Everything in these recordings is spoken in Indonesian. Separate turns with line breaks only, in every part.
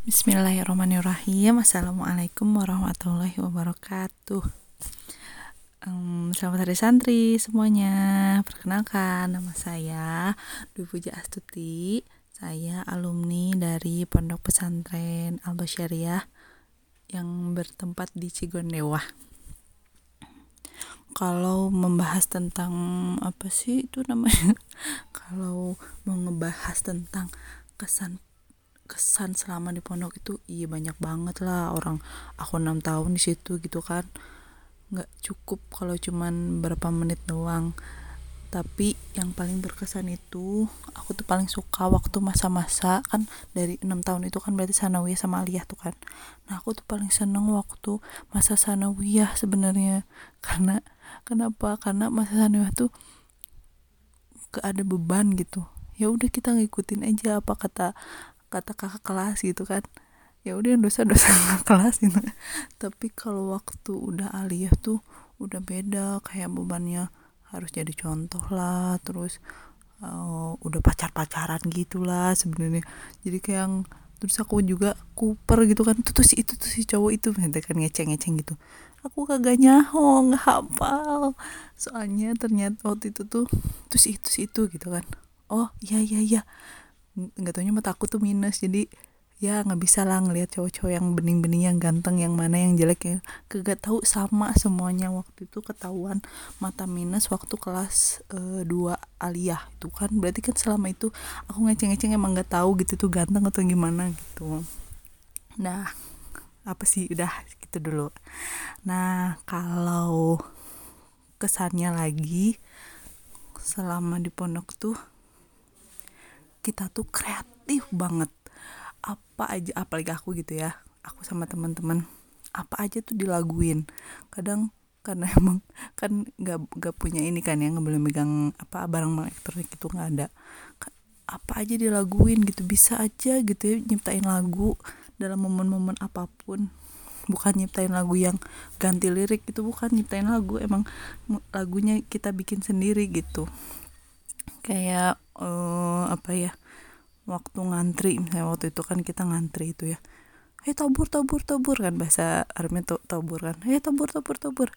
Bismillahirrahmanirrahim. Assalamualaikum warahmatullahi wabarakatuh. Selamat hari santri semuanya. Perkenalkan, nama saya Dwi Puja Astuti. Saya alumni dari Pondok Pesantren Al-Basyariah yang bertempat di Cigondewa. Kalau membahas tentang apa sih itu namanya? Kalau mau ngebahas tentang kesan selama di pondok itu banyak banget lah. Aku 6 tahun di situ gitu kan, nggak cukup kalau cuman berapa menit doang. Tapi yang paling berkesan itu aku tuh paling suka waktu masa-masa kan, dari 6 tahun itu kan berarti sanawiyah sama aliyah tuh kan. Nah aku tuh paling seneng waktu masa sanawiyah sebenarnya. Karena masa sanawiyah tuh gak ada beban gitu. Ya udah kita ngikutin aja apa kata kakak kelas gitu kan, ya udah dosa-dosa kakak kelas gitu. Tapi kalau waktu udah aliyah tuh udah beda, kayak bebannya harus jadi contoh lah, terus udah pacaran gitulah sebenarnya. Jadi kayak terus aku juga kuper gitu kan, tuh si cowok itu nanti kan ngeceng gitu, aku kagak nyaho, nggak hafal soalnya ternyata waktu itu tuh si itu gitu kan. Oh iya nggak taunya mata aku tuh minus, jadi ya nggak bisa lah ngelihat cowok-cowok yang bening-bening, yang ganteng, yang mana yang jelek, ya kagak tahu sama semuanya. Waktu itu ketahuan mata minus waktu kelas 2 aliyah itu kan, berarti kan selama itu aku ngeceng-ngeceng emang nggak tahu gitu tuh ganteng atau gimana gitu. Nah apa sih, udah gitu dulu. Nah kalau kesannya lagi selama di pondok tuh, kita tuh kreatif banget. Apa aja, apalagi aku gitu ya, aku sama teman-teman apa aja tuh dilaguin. Kadang karena emang kan nggak punya ini kan ya, nggak boleh megang apa barang elektronik itu, nggak ada. Apa aja dilaguin gitu, bisa aja gitu ya nyiptain lagu dalam momen-momen apapun. Bukan nyiptain lagu yang ganti lirik, itu bukan nyiptain lagu, emang lagunya kita bikin sendiri gitu. Kayak apa ya, waktu ngantri misalnya, waktu itu kan kita ngantri itu ya, tabur kan bahasa Arabnya tuh tabur kan, tabur tabur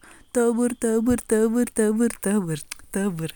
tabur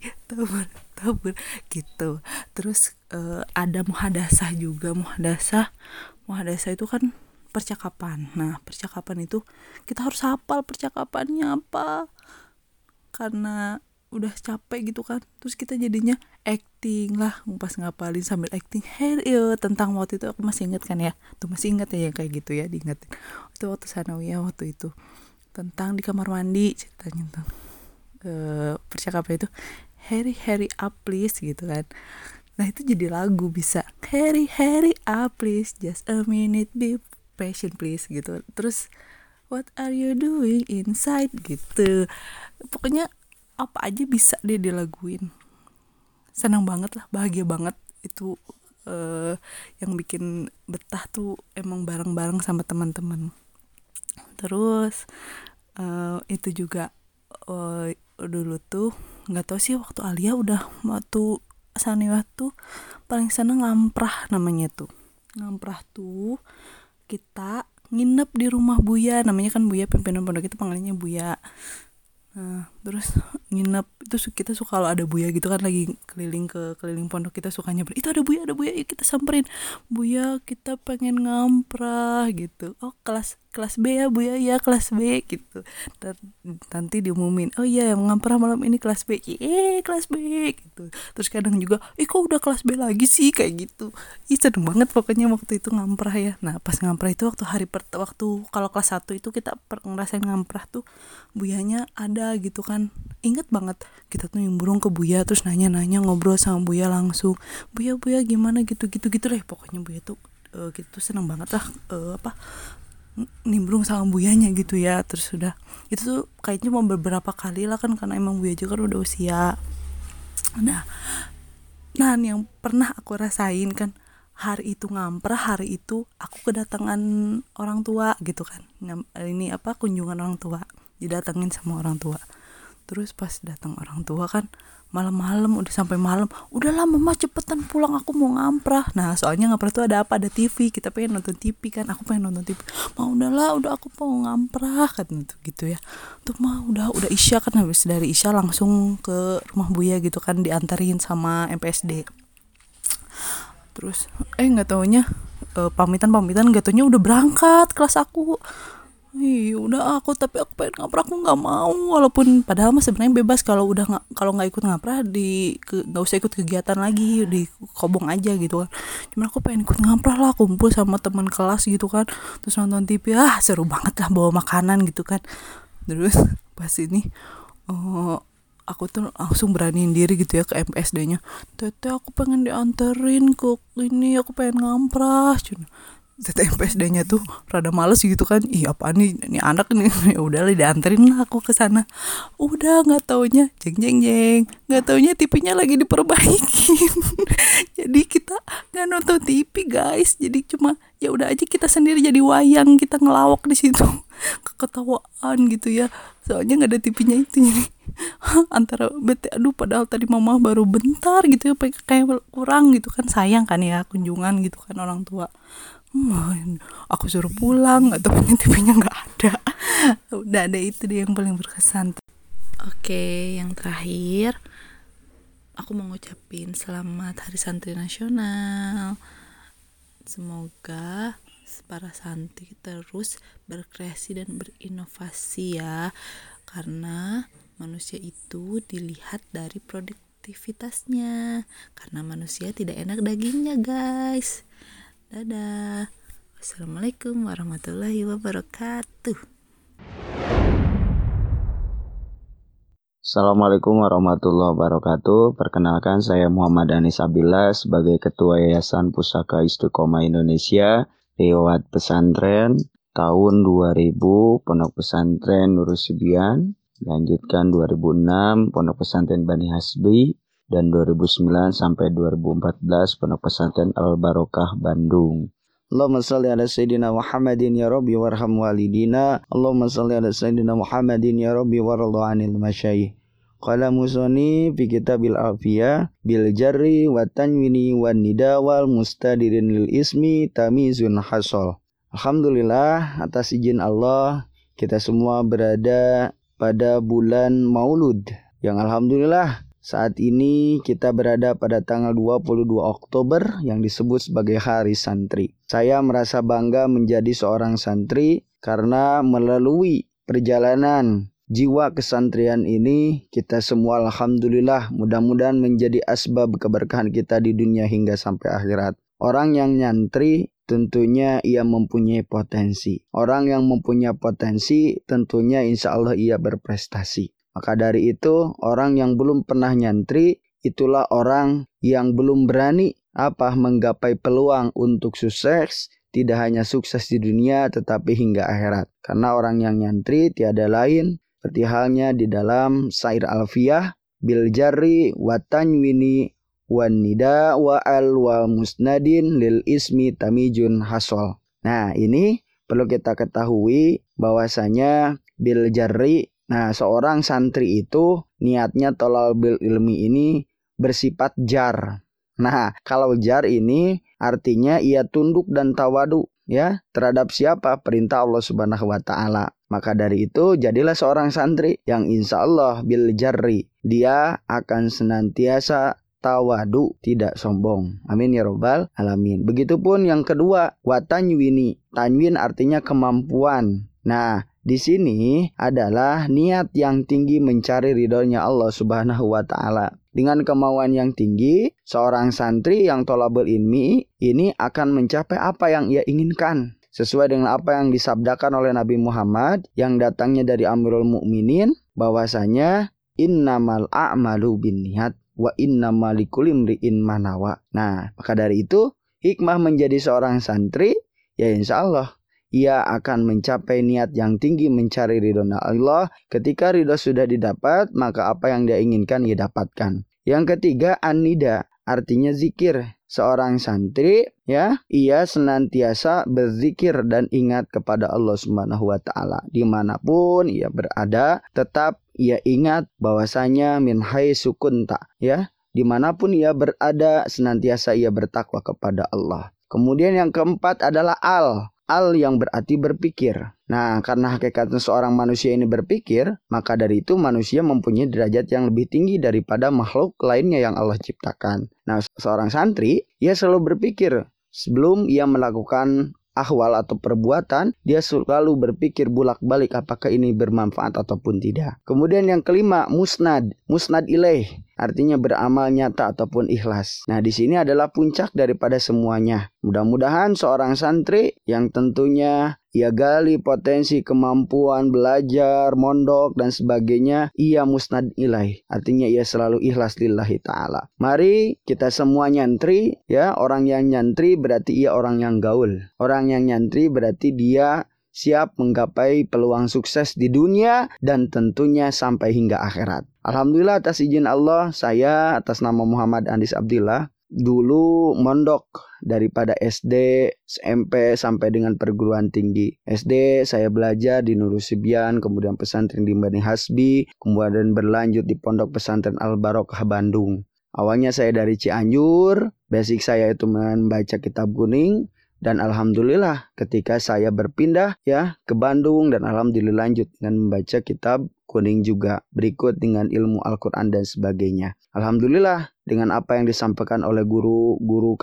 tabur gitu. Terus ada muhadasah juga. Muhadasah itu kan percakapan. Nah percakapan itu kita harus hafal percakapannya apa, karena udah capek gitu kan. Terus kita jadinya acting lah, pas ngapalin sambil acting. Tentang waktu itu aku masih inget kan ya, tuh masih inget ya yang kayak gitu ya, diingetin. Itu waktu sanawiyah, waktu itu tentang di kamar mandi ceritanya tuh. Percakapan itu Harry up please gitu kan. Nah itu jadi lagu, bisa Harry up please, just a minute, be patient please gitu. Terus what are you doing inside gitu. Pokoknya apa aja bisa deh dilaguin. Senang banget lah, bahagia banget itu. Yang bikin betah tuh emang bareng-bareng sama teman-teman. Terus itu juga dulu tuh nggak tahu sih, waktu alia udah waktu sanawiyah tuh paling seneng ngamprah namanya tuh. Ngamprah tuh kita nginep di rumah Buya, namanya kan Buya, pimpinan pondok itu panggilannya Buya. Nah terus nginep itu, kita suka kalau ada Buya gitu kan, lagi keliling pondok, kita suka nyamperin, itu ada Buya yuk kita samperin, Buya kita pengen ngamprah gitu. Oh kelas B ya Buya, ya kelas B gitu. Dan nanti diumumin, oh iya yang ngamprah malam ini kelas B, kelas B gitu. Terus kadang juga kok udah kelas B lagi sih, kayak gitu. Seneng banget pokoknya waktu itu ngamprah ya. Nah pas ngamprah itu waktu waktu kalau kelas 1 itu kita ngerasain ngamprah tuh, Buyanya ada gitu kan. Ingat banget kita tuh nimbrung ke Buya, terus nanya ngobrol sama Buya langsung, Buya gimana gitu deh. Pokoknya Buya tuh kita tuh seneng banget lah nimbrung sama Buyanya gitu ya. Terus sudah itu tuh kayaknya mau beberapa kali lah kan, karena emang Buya juga kan udah usia. Nah yang pernah aku rasain kan, hari itu ngamprah, hari itu aku kedatangan orang tua gitu kan. Ini kunjungan orang tua, didatengin sama orang tua. Terus pas datang orang tua kan malam-malam, udah sampai malam, udahlah mama cepetan pulang, aku mau ngamprah. Nah soalnya ngamprah tuh ada apa, ada TV, kita pengen nonton TV kan, aku pengen nonton TV. Mau udahlah, udah aku mau ngamprah kan gitu ya. Tuh mah udah isya kan, habis dari isya langsung ke rumah Buya gitu kan, diantarin sama MPSD. Terus nggak taunya pamitan nggak taunya udah berangkat kelas aku. Udah tapi aku pengen ngaprah, aku nggak mau, walaupun padahal mah sebenarnya bebas kalau nggak ikut ngaprah nggak usah ikut kegiatan lagi, di kobong aja gitu kan. Cuman aku pengen ikut ngaprah lah, kumpul sama teman kelas gitu kan, terus nonton TV, seru banget lah, bawa makanan gitu kan. Terus pas ini aku tuh langsung beraniin diri gitu ya ke MPSD-nya. Tete, aku pengen dianterin ke ini, aku pengen ngamprah. Tete MPSD-nya tuh rada males gitu kan. Apaan nih, ini anak nih. Ya udah lah, dianterin lah aku ke sana. Udah nggak taunya jeng. Nggak taunya TV-nya lagi diperbaikin. Jadi kita nggak nonton TV, guys. Jadi cuma ya udah aja kita sendiri jadi wayang, kita ngelawak di situ. Keketawaan gitu ya. Soalnya nggak ada TV-nya itu, jadi antara bete, padahal tadi mama baru bentar gitu ya, kayak kurang gitu kan, sayang kan ya kunjungan gitu kan orang tua. Aku suruh pulang, atau TV-nya nggak ada. Udah ada itu deh yang paling berkesan. Oke, yang terakhir aku mau ngucapin selamat Hari Santri Nasional. Semoga para santri terus berkreasi dan berinovasi ya, karena manusia itu dilihat dari produktivitasnya, karena manusia tidak enak dagingnya, guys. Dadah. Wassalamualaikum warahmatullahi wabarakatuh.
Assalamualaikum warahmatullahi wabarakatuh. Perkenalkan, saya Muhammad Anis Abdillah sebagai Ketua Yayasan Pusaka Istiqomah Indonesia lewat pesantren tahun 2000 Pondok Pesantren Nurul Sibian, lanjutkan 2006 Pondok Pesantren Bani Hasbi, dan 2009 sampai 2014 Pondok Pesantren Al Barokah Bandung. Allahumma salli ala Sayyidina Muhammadin ya Rabbi warham walidina. Allahumma salli ala Sayyidina Muhammadin ya Rabbi warallahu anil masyayikh. Qala musani fi kitabil afiyah bil jarri wa tanwini wan nida wal mustadirin lil ismi tamizun hasol. Alhamdulillah, atas izin Allah kita semua berada pada bulan Maulud, yang alhamdulillah saat ini kita berada pada tanggal 22 Oktober yang disebut sebagai Hari Santri. Saya merasa bangga menjadi seorang santri karena melalui perjalanan jiwa kesantrian ini kita semua alhamdulillah mudah-mudahan menjadi asbab keberkahan kita di dunia hingga sampai akhirat. Orang yang nyantri tentunya ia mempunyai potensi. Orang yang mempunyai potensi tentunya insya Allah ia berprestasi. Maka dari itu, orang yang belum pernah nyantri, itulah orang yang belum berani menggapai peluang untuk sukses, tidak hanya sukses di dunia tetapi hingga akhirat. Karena orang yang nyantri tiada lain seperti halnya di dalam syair alfiyah, bil jarri wa tanwini wan nida wa al wal musnadin lil ismi tamijun hasol. Nah, ini perlu kita ketahui bahwasanya bil jarri, nah, seorang santri itu niatnya thalabul ilmi ini bersifat jar. Nah, kalau jar ini artinya ia tunduk dan tawadu ya terhadap siapa? Perintah Allah Subhanahu wa taala. Maka dari itu jadilah seorang santri yang insya Allah bil jarri, dia akan senantiasa tawadu, tidak sombong. Amin ya robbal alamin. Begitupun yang kedua, wa tanwini. Tanwin artinya kemampuan. Nah, di sini adalah niat yang tinggi mencari ridhonya Allah Subhanahu wa taala. Dengan kemauan yang tinggi, seorang santri yang thalabul ilmi ini akan mencapai apa yang ia inginkan, sesuai dengan apa yang disabdakan oleh Nabi Muhammad yang datangnya dari Amirul Mukminin, bahwasanya innamal a'malu binniyat wa innamal likulli imri'in ma nawa. Nah, maka dari itu hikmah menjadi seorang santri ya insya Allah ia akan mencapai niat yang tinggi mencari ridho Allah. Ketika ridho sudah didapat, maka apa yang dia inginkan ia dapatkan. Yang ketiga, an-nida, artinya zikir. Seorang santri ya, ia senantiasa berzikir dan ingat kepada Allah Subhanahu wa taala. Dimanapun ia berada, tetap ia ingat bahwasanya min haitsu kunta, ya, dimanapun ia berada senantiasa ia bertakwa kepada Allah. Kemudian yang keempat adalah al yang berarti berpikir. Nah, karena hakikatnya seorang manusia ini berpikir, maka dari itu manusia mempunyai derajat yang lebih tinggi daripada makhluk lainnya yang Allah ciptakan. Nah, seorang santri, ia selalu berpikir sebelum ia melakukan ahwal atau perbuatan, dia selalu berpikir bolak-balik apakah ini bermanfaat ataupun tidak. Kemudian yang kelima, musnad ilaih, artinya beramal nyata ataupun ikhlas. Nah, di sini adalah puncak daripada semuanya. Mudah-mudahan seorang santri yang tentunya ia gali potensi kemampuan belajar, mondok dan sebagainya, ia musnad ilaih, artinya ia selalu ikhlas lillahi ta'ala. Mari kita semua nyantri, ya. Orang yang nyantri berarti ia orang yang gaul. Orang yang nyantri berarti dia siap menggapai peluang sukses di dunia dan tentunya sampai hingga akhirat. Alhamdulillah atas izin Allah, saya atas nama Muhammad Andis Abdillah dulu mondok daripada SD, SMP sampai dengan perguruan tinggi. SD saya belajar di Nurul Sibyan, kemudian pesantren di Bani Hasbi, kemudian berlanjut di Pondok Pesantren Al Barokah Bandung. Awalnya saya dari Cianjur, basic saya itu membaca kitab kuning. Dan alhamdulillah ketika saya berpindah, ya, ke Bandung, dan alhamdulillah lanjut dengan membaca kitab kuning juga, berikut dengan ilmu Al-Quran dan sebagainya. Alhamdulillah dengan apa yang disampaikan oleh guru-guru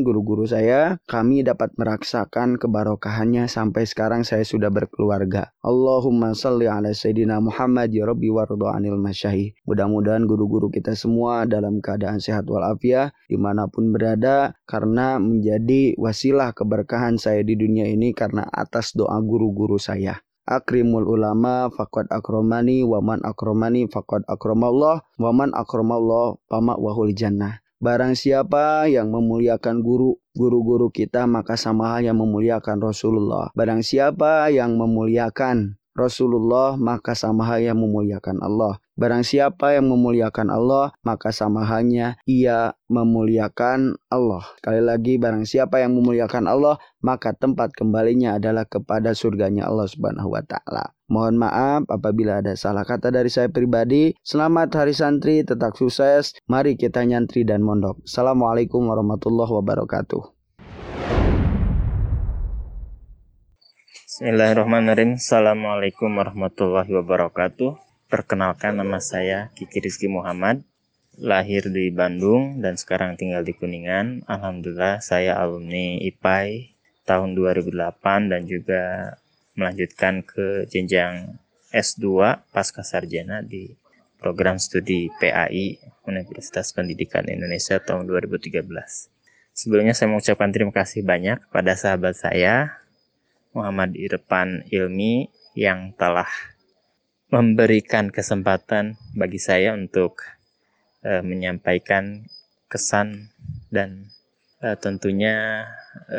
saya, kami dapat merasakan kebarokahannya sampai sekarang saya sudah berkeluarga. Allahumma salli ala Sayyidina Muhammad ya Rabbi wardo anil masyahi. Mudah-mudahan guru-guru kita semua dalam keadaan sehat walafiat dimanapun berada, karena menjadi wasilah keberkahan saya di dunia ini karena atas doa guru-guru saya. Akrimul ulama faqad akramani, waman akramani faqad akramallah, waman akramallah fama wahul jannah. Barang siapa yang memuliakan guru-guru kita, maka sama hal yang memuliakan Rasulullah. Barang siapa yang memuliakan Rasulullah, maka sama hal yang memuliakan Allah. Barang siapa yang memuliakan Allah, maka sama halnya ia memuliakan Allah. Sekali lagi, barang siapa yang memuliakan Allah, maka tempat kembalinya adalah kepada surganya Allah Subhanahu wa Ta'ala. Mohon maaf apabila ada salah kata dari saya pribadi. Selamat Hari Santri, tetap sukses. Mari kita nyantri dan mondok. Assalamualaikum warahmatullahi wabarakatuh.
Bismillahirrahmanirrahim. Assalamualaikum warahmatullahi wabarakatuh. Perkenalkan, nama saya Kiki Rizky Muhammad, lahir di Bandung dan sekarang tinggal di Kuningan. Alhamdulillah saya alumni IPAI tahun 2008 dan juga melanjutkan ke jenjang S2 pasca sarjana di program studi PAI Universitas Pendidikan Indonesia tahun 2013. Sebelumnya saya mengucapkan terima kasih banyak kepada sahabat saya Muhammad Irfan Ilmi yang telah memberikan kesempatan bagi saya untuk menyampaikan kesan dan tentunya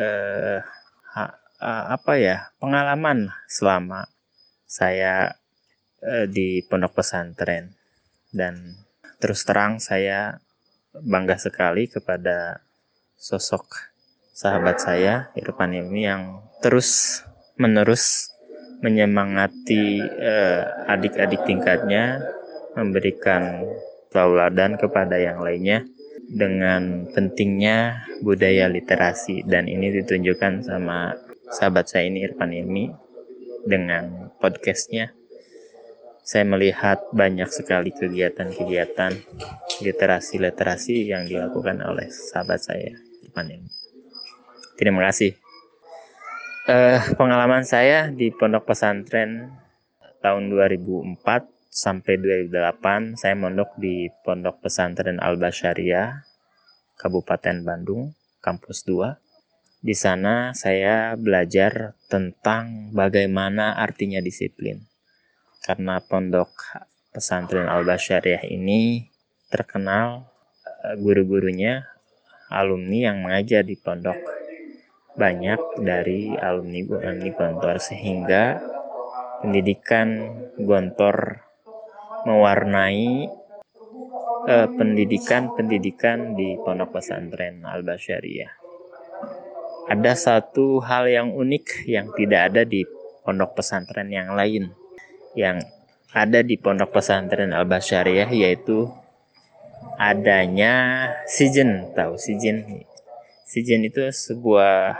pengalaman selama saya di pondok pesantren. Dan terus terang saya bangga sekali kepada sosok sahabat saya Irfan Ilmi yang terus menerus menyemangati adik-adik tingkatnya, memberikan tauladan kepada yang lainnya dengan pentingnya budaya literasi. Dan ini ditunjukkan sama sahabat saya ini Irfan Ilmi dengan podcastnya. Saya melihat banyak sekali kegiatan-kegiatan literasi yang dilakukan oleh sahabat saya Irfan Ilmi. Terima kasih. Pengalaman saya di pondok pesantren tahun 2004 sampai 2008, saya mondok di pondok pesantren Al-Basyariah Kabupaten Bandung, kampus 2. Di sana saya belajar tentang bagaimana artinya disiplin. Karena pondok pesantren Al-Basyariah ini terkenal guru-gurunya alumni yang mengajar di pondok banyak dari alumni Gontor, sehingga pendidikan Gontor mewarnai pendidikan di pondok pesantren Al-Basyariah. Ada satu hal yang unik yang tidak ada di pondok pesantren yang lain, yang ada di Pondok Pesantren Al-Basyariah, yaitu adanya Sijen. Tahu Sijen? Sijen itu sebuah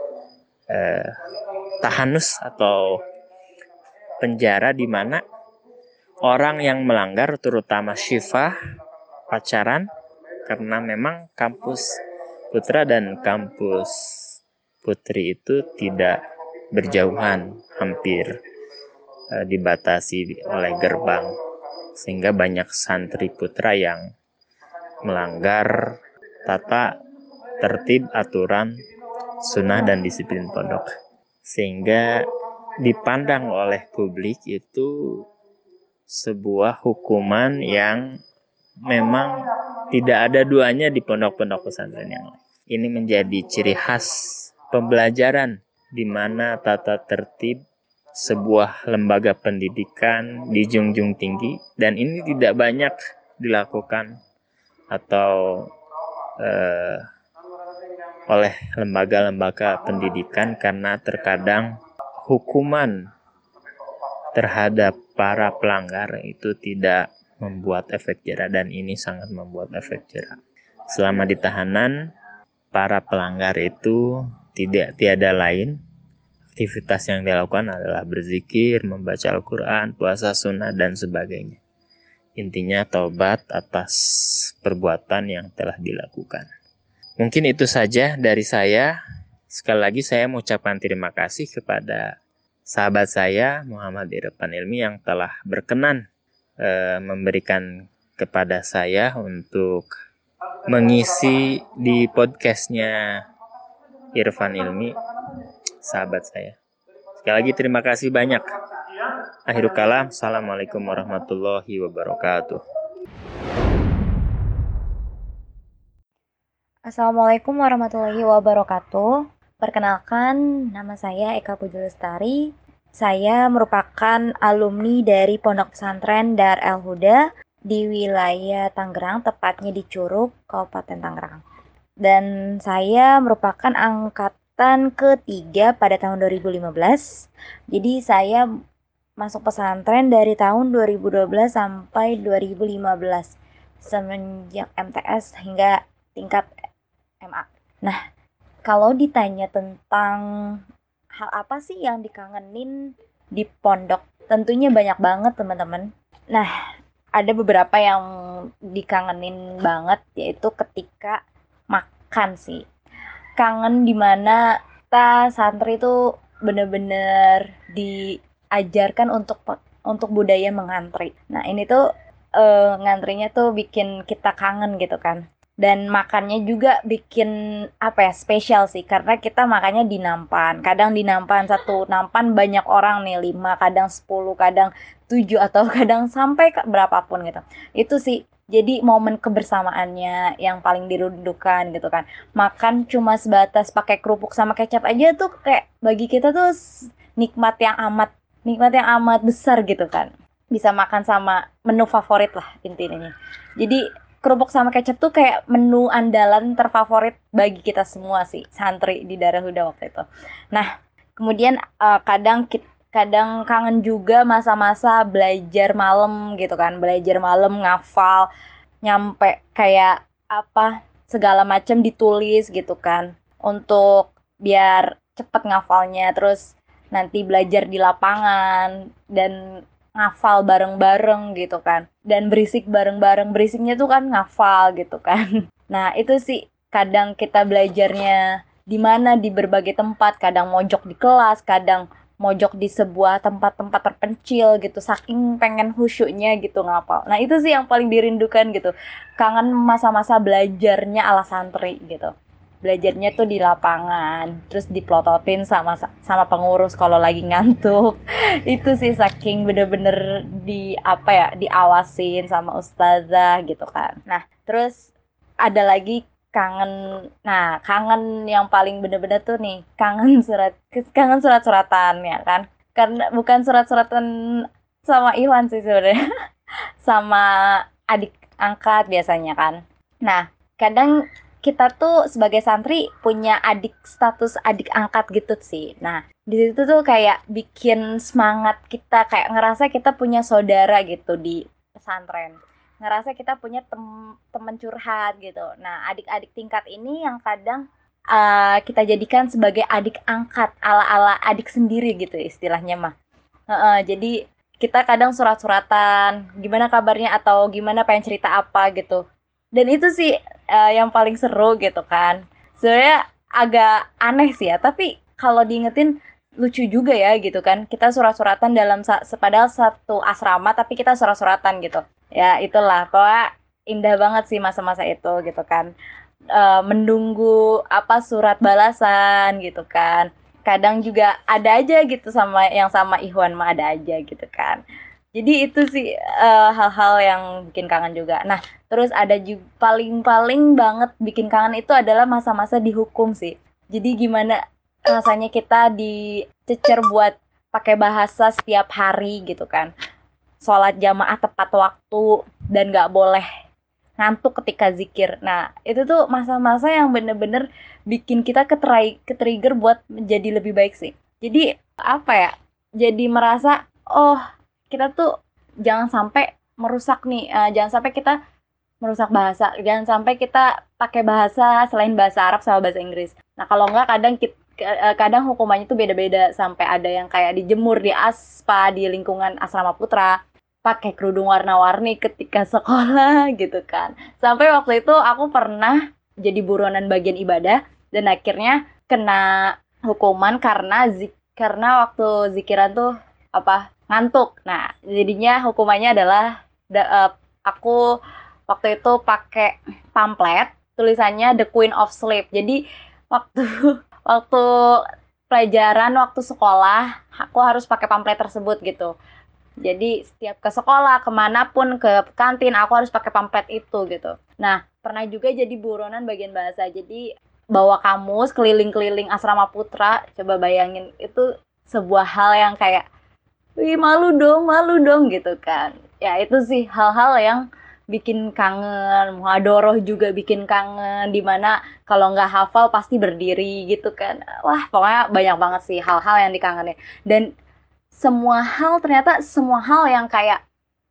tahanus atau penjara di mana orang yang melanggar, terutama syifah, pacaran, karena memang kampus putra dan kampus putri itu tidak berjauhan, hampir dibatasi oleh gerbang, sehingga banyak santri putra yang melanggar tata tertib, aturan, sunnah dan disiplin pondok, sehingga dipandang oleh publik itu sebuah hukuman yang memang tidak ada duanya di pondok-pondok pesantren yang lain. Ini menjadi ciri khas pembelajaran di mana tata tertib sebuah lembaga pendidikan dijunjung tinggi, dan ini tidak banyak dilakukan atau oleh lembaga-lembaga pendidikan, karena terkadang hukuman terhadap para pelanggar itu tidak membuat efek jera, dan ini sangat membuat efek jera. Selama di tahanan, para pelanggar itu tiada lain, aktivitas yang dilakukan adalah berzikir, membaca Al-Quran, puasa sunnah, dan sebagainya. Intinya taubat atas perbuatan yang telah dilakukan. Mungkin itu saja dari saya. Sekali lagi saya mengucapkan terima kasih kepada sahabat saya Muhammad Irfan Ilmi yang telah berkenan memberikan kepada saya untuk mengisi di podcastnya Irfan Ilmi, sahabat saya. Sekali lagi terima kasih banyak. Akhirul kalam, assalamualaikum warahmatullahi wabarakatuh.
Assalamualaikum warahmatullahi wabarakatuh. Perkenalkan, nama saya Eka Puji Lestari. Saya merupakan alumni dari Pondok Pesantren Dar El Huda di wilayah Tangerang, tepatnya di Curug, Kabupaten Tangerang. Dan saya merupakan angkatan ketiga pada tahun 2015. Jadi saya masuk pesantren dari tahun 2012 sampai 2015, semenjak MTS hingga tingkat MA. Nah, kalau ditanya tentang hal apa sih yang dikangenin di pondok, tentunya banyak banget teman-teman. Nah, ada beberapa yang dikangenin banget, yaitu ketika makan sih. Kangen dimana kita santri itu bener-bener diajarkan untuk budaya mengantri. Nah, ini tuh ngantrinya tuh bikin kita kangen gitu kan. Dan makannya juga bikin spesial sih, karena kita makannya di nampan. Kadang di nampan, satu nampan banyak orang nih, 5, kadang 10, kadang 7, atau kadang sampai berapapun gitu. Itu sih jadi momen kebersamaannya yang paling dirindukan gitu kan. Makan cuma sebatas pakai kerupuk sama kecap aja tuh kayak bagi kita tuh nikmat yang amat besar gitu kan. Bisa makan sama menu favorit lah intinya. Jadi kerupuk sama kecap tuh kayak menu andalan terfavorit bagi kita semua sih, santri di Darul Huda waktu itu. Nah, kemudian kadang kangen juga masa-masa belajar malam gitu kan, belajar malam ngafal, nyampe kayak segala macam ditulis gitu kan, untuk biar cepet ngafalnya, terus nanti belajar di lapangan dan ngafal bareng-bareng gitu kan, dan berisik bareng-bareng, berisiknya tuh kan ngafal gitu kan. Nah itu sih kadang kita belajarnya di mana, di berbagai tempat, kadang mojok di kelas, kadang mojok di sebuah tempat-tempat terpencil gitu, saking pengen khusyuknya gitu ngapal. Nah itu sih yang paling dirindukan gitu, kangen masa-masa belajarnya ala santri gitu. Belajarnya tuh di lapangan, terus diplototin sama pengurus kalau lagi ngantuk. Itu sih saking bener-bener diawasin sama ustazah gitu kan. Nah terus ada lagi kangen yang paling bener-bener tuh nih, kangen surat-suratan ya kan, karena bukan surat-suratan sama Iwan sih sebenarnya sama adik angkat biasanya kan. Nah kadang kita tuh sebagai santri punya status adik angkat gitu sih. Nah, di situ tuh kayak bikin semangat kita, kayak ngerasa kita punya saudara gitu di pesantren. Ngerasa kita punya teman curhat gitu. Nah, adik-adik tingkat ini yang kadang kita jadikan sebagai adik angkat, ala-ala adik sendiri gitu istilahnya mah. Jadi kita kadang surat-suratan, gimana kabarnya atau gimana, pengen cerita apa gitu. Dan itu sih yang paling seru gitu kan. Sebenarnya agak aneh sih ya, tapi kalau diingetin lucu juga ya gitu kan. Kita surat-suratan padahal satu asrama tapi kita surat-suratan gitu. Ya itulah, pokoknya indah banget sih masa-masa itu gitu kan. Menunggu apa surat balasan gitu kan. Kadang juga ada aja gitu sama Ikhwan mah ada aja gitu kan. Jadi itu sih hal-hal yang bikin kangen juga. Nah, terus ada juga paling-paling banget bikin kangen itu adalah masa-masa dihukum sih. Jadi gimana rasanya kita dicecer buat pakai bahasa setiap hari gitu kan. Sholat jamaah tepat waktu dan nggak boleh ngantuk ketika zikir. Nah, itu tuh masa-masa yang bener-bener bikin kita ke-trigger buat menjadi lebih baik sih. Jadi apa ya? Jadi merasa oh kita tuh jangan sampai merusak nih, jangan sampai kita merusak bahasa, jangan sampai kita pakai bahasa selain bahasa Arab sama bahasa Inggris. Nah kalau enggak kadang hukumannya tuh beda-beda, sampai ada yang kayak dijemur di aspa di lingkungan asrama putra, pakai kerudung warna-warni ketika sekolah gitu kan. Sampai waktu itu aku pernah jadi buronan bagian ibadah dan akhirnya kena hukuman karena waktu zikiran tuh ngantuk. Nah, jadinya hukumannya adalah aku waktu itu pakai pamflet tulisannya The Queen of Sleep. Jadi waktu waktu waktu sekolah aku harus pakai pamflet tersebut gitu. Jadi setiap ke sekolah, kemanapun, ke kantin, aku harus pakai pamflet itu gitu. Nah, pernah juga jadi buronan bagian bahasa. Jadi bawa kamus keliling-keliling asrama putra. Coba bayangin, itu sebuah hal yang kayak, wih malu dong gitu kan. Ya itu sih hal-hal yang bikin kangen. Muhadoroh juga bikin kangen, dimana kalau nggak hafal pasti berdiri gitu kan. Wah pokoknya banyak banget sih hal-hal yang dikangenin. Dan semua hal yang kayak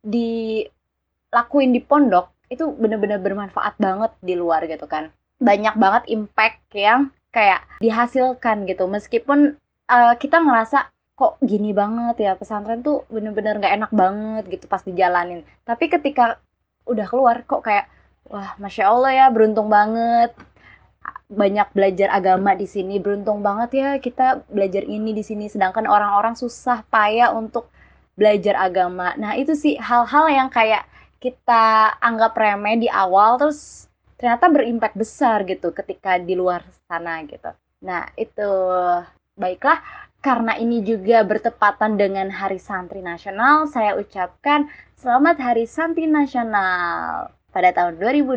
dilakuin di pondok itu bener-bener bermanfaat banget di luar gitu kan. Banyak banget impact yang kayak dihasilkan gitu, meskipun kita ngerasa kok gini banget ya, pesantren tuh bener-bener gak enak banget gitu pas dijalanin, tapi ketika udah keluar kok kayak wah Masya Allah ya, beruntung banget banyak belajar agama di sini, beruntung banget ya kita belajar ini di sini, sedangkan orang-orang susah payah untuk belajar agama. Nah itu sih hal-hal yang kayak kita anggap remeh di awal, terus ternyata berimpact besar gitu ketika di luar sana gitu. Nah itu, baiklah, karena ini juga bertepatan dengan Hari Santri Nasional, saya ucapkan Selamat Hari Santri Nasional pada tahun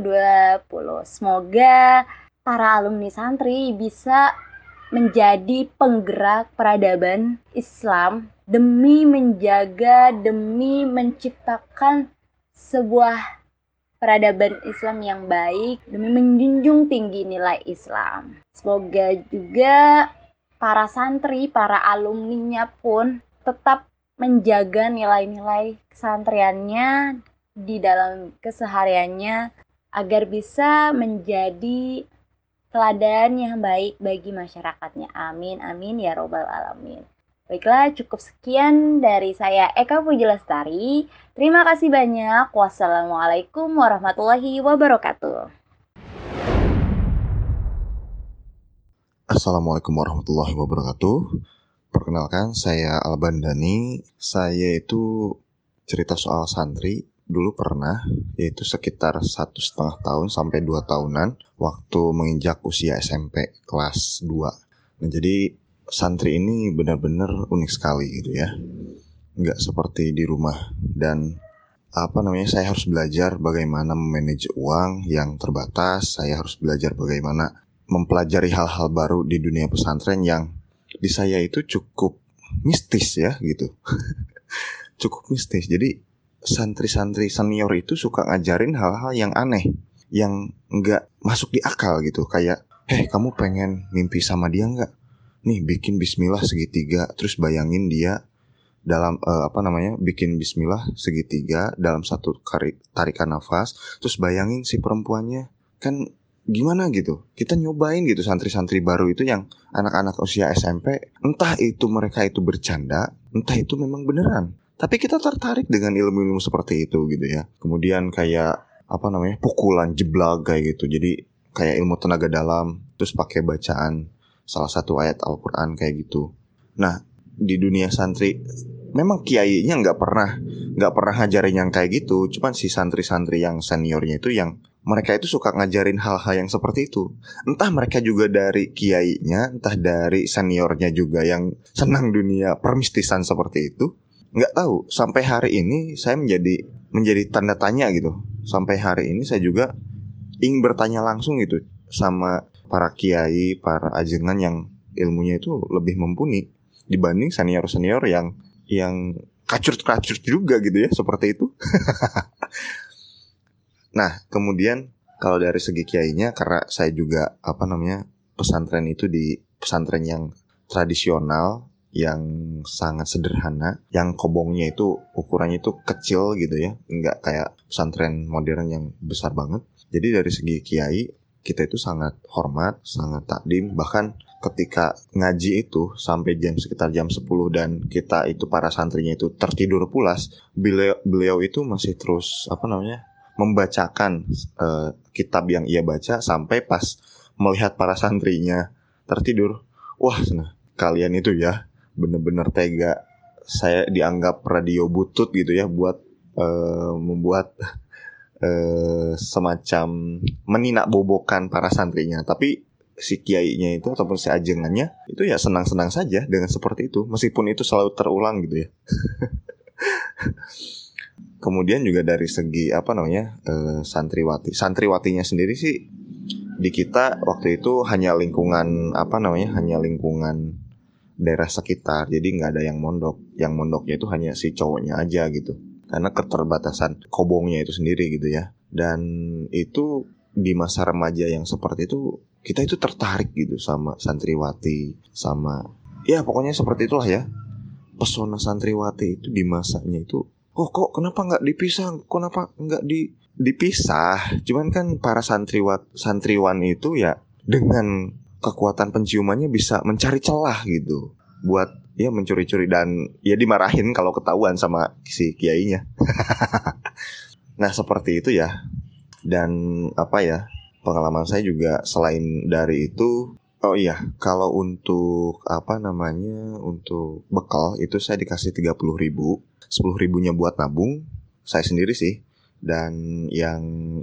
2020. Semoga para alumni santri bisa menjadi penggerak peradaban Islam demi menjaga, demi menciptakan sebuah peradaban Islam yang baik, demi menjunjung tinggi nilai Islam. Semoga juga para santri, para alumninya pun tetap menjaga nilai-nilai kesantriannya di dalam kesehariannya agar bisa menjadi teladan yang baik bagi masyarakatnya. Amin, amin ya robbal alamin. Baiklah, cukup sekian dari saya Eka Puji Lestari. Terima kasih banyak. Wassalamualaikum warahmatullahi wabarakatuh.
Assalamualaikum warahmatullahi wabarakatuh. Perkenalkan, saya Alban Dhani. Saya itu cerita soal santri dulu pernah, yaitu sekitar 1,5 tahun sampai 2 tahunan waktu menginjak usia SMP kelas 2. Nah, jadi santri ini benar-benar unik sekali gitu ya. Nggak seperti di rumah. Dan saya harus belajar bagaimana memanage uang yang terbatas. Saya harus belajar bagaimana mempelajari hal-hal baru di dunia pesantren yang di saya itu cukup mistis ya gitu. Cukup mistis. Jadi santri-santri senior itu suka ngajarin hal-hal yang aneh. yang nggak masuk di akal gitu. Kayak, kamu pengen mimpi sama dia nggak? Nih bikin bismillah segitiga, terus bayangin dia dalam bikin bismillah segitiga dalam satu tarikan nafas, terus bayangin si perempuannya. Kan gimana gitu, kita nyobain gitu santri-santri baru itu yang anak-anak usia SMP, entah itu mereka itu bercanda, entah itu memang beneran, tapi kita tertarik dengan ilmu-ilmu seperti itu gitu ya. Kemudian kayak pukulan jeblak kayak gitu, jadi kayak ilmu tenaga dalam, terus pakai bacaan salah satu ayat Al-Quran kayak gitu. Nah, di dunia santri memang kiainya nggak pernah ngajarin yang kayak gitu, cuman si santri-santri yang seniornya itu yang mereka itu suka ngajarin hal-hal yang seperti itu. Entah mereka juga dari kiainya, entah dari seniornya juga yang senang dunia permistisan seperti itu. Nggak tahu, sampai hari ini saya menjadi tanda tanya gitu. Sampai hari ini saya juga ingin bertanya langsung gitu sama para kiai, para ajengan yang ilmunya itu lebih mumpuni dibanding senior-senior yang kacur-kacur juga gitu ya, seperti itu. Nah, kemudian kalau dari segi kiainya, karena saya juga pesantren itu di pesantren yang tradisional, yang sangat sederhana, yang kobongnya itu ukurannya itu kecil gitu ya, nggak kayak pesantren modern yang besar banget. Jadi dari segi kiai kita itu sangat hormat, sangat takdim. Bahkan ketika ngaji itu sampai sekitar jam 10 dan kita itu para santrinya itu tertidur pulas, beliau itu masih terus membacakan kitab yang ia baca sampai pas melihat para santrinya tertidur. Wah, kalian itu ya bener-bener tega. Saya dianggap radio butut gitu ya buat membuat semacam meninak bobokan para santrinya. Tapi si kiainya itu ataupun si ajengannya itu ya senang-senang saja dengan seperti itu, meskipun itu selalu terulang gitu ya. Kemudian juga dari segi santriwatinya sendiri sih di kita waktu itu hanya lingkungan daerah sekitar, jadi nggak ada yang mondok. Yang mondoknya itu hanya si cowoknya aja gitu, karena keterbatasan kobongnya itu sendiri gitu ya. Dan itu di masa remaja yang seperti itu kita itu tertarik gitu sama santriwati, sama ya pokoknya seperti itulah ya. Pesona santriwati itu di masanya itu, kok kenapa nggak dipisah, kenapa nggak dipisah. Cuman kan para santriwan itu ya dengan kekuatan penciumannya bisa mencari celah gitu buat ya mencuri-curi dan ya dimarahin kalau ketahuan sama si kiainya. Nah seperti itu ya. Dan pengalaman saya juga selain dari itu, kalau untuk untuk bekal itu saya dikasih 30.000, 10.000-nya buat nabung saya sendiri sih, dan yang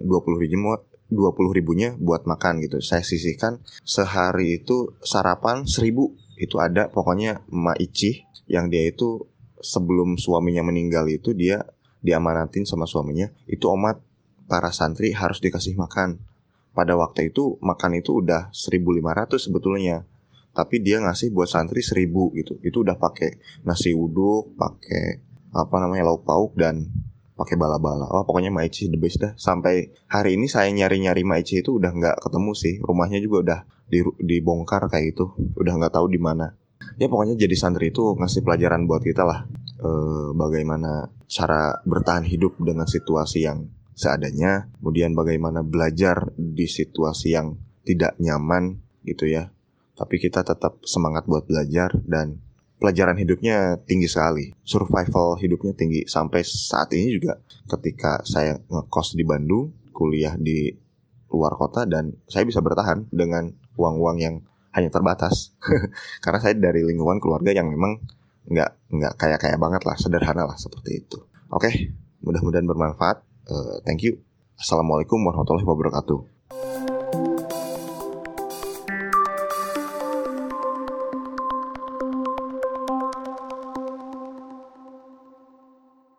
20.000-nya buat makan gitu. Saya sisihkan sehari itu sarapan 1.000 itu ada, pokoknya Emak Ici yang dia itu sebelum suaminya meninggal itu dia diamanatin sama suaminya, itu Omat para santri harus dikasih makan. Pada waktu itu makan itu udah 1.500 sebetulnya, tapi dia ngasih buat santri 1.000 gitu. Itu udah pakai nasi uduk, pakai lauk pauk dan pakai bala-bala. Wah pokoknya Maici the best dah. Sampai hari ini saya nyari-nyari Maici itu udah nggak ketemu sih. Rumahnya juga udah dibongkar kayak itu. Udah nggak tahu di mana. Ya pokoknya jadi santri itu ngasih pelajaran buat kita lah. Bagaimana cara bertahan hidup dengan situasi yang seadanya, kemudian bagaimana belajar di situasi yang tidak nyaman gitu ya. Tapi kita tetap semangat buat belajar dan pelajaran hidupnya tinggi sekali. Survival hidupnya tinggi. Sampai saat ini juga ketika saya ngekos di Bandung, kuliah di luar kota, dan saya bisa bertahan dengan uang-uang yang hanya terbatas. Karena saya dari lingkungan keluarga yang memang nggak kaya banget lah, sederhana lah seperti itu. Oke, mudah-mudahan bermanfaat. Thank you. Assalamualaikum warahmatullahi wabarakatuh.